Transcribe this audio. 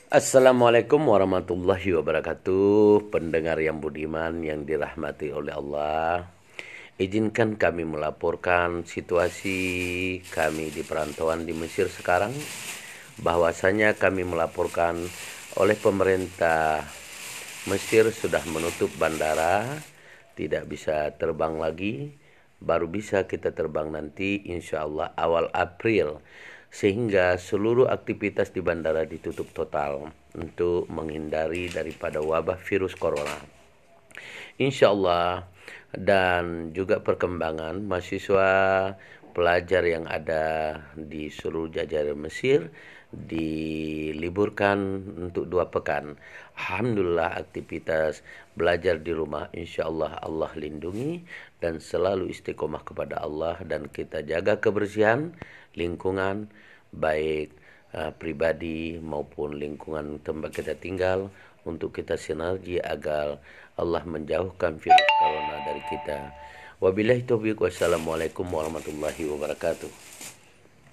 Assalamualaikum warahmatullahi wabarakatuh. Pendengar yang budiman yang dirahmati oleh Allah, izinkan kami melaporkan situasi kami di perantauan di Mesir sekarang. Bahwasanya kami melaporkan oleh pemerintah Mesir sudah menutup bandara, tidak bisa terbang lagi. Baru bisa kita terbang nanti insya Allah awal April, sehingga seluruh aktivitas di bandara ditutup total untuk menghindari daripada wabah virus corona. Insya Allah. Dan juga perkembangan mahasiswa pelajar yang ada di seluruh jajaran Mesir diliburkan untuk 2 pekan. Alhamdulillah aktivitas belajar di rumah insya Allah Allah lindungi dan selalu istiqomah kepada Allah, dan kita jaga kebersihan lingkungan baik pribadi maupun lingkungan tempat kita tinggal, untuk kita sinergi agar Allah menjauhkan virus corona dari kita. Wabillahi taufiq, wassalamualaikum warahmatullahi wabarakatuh.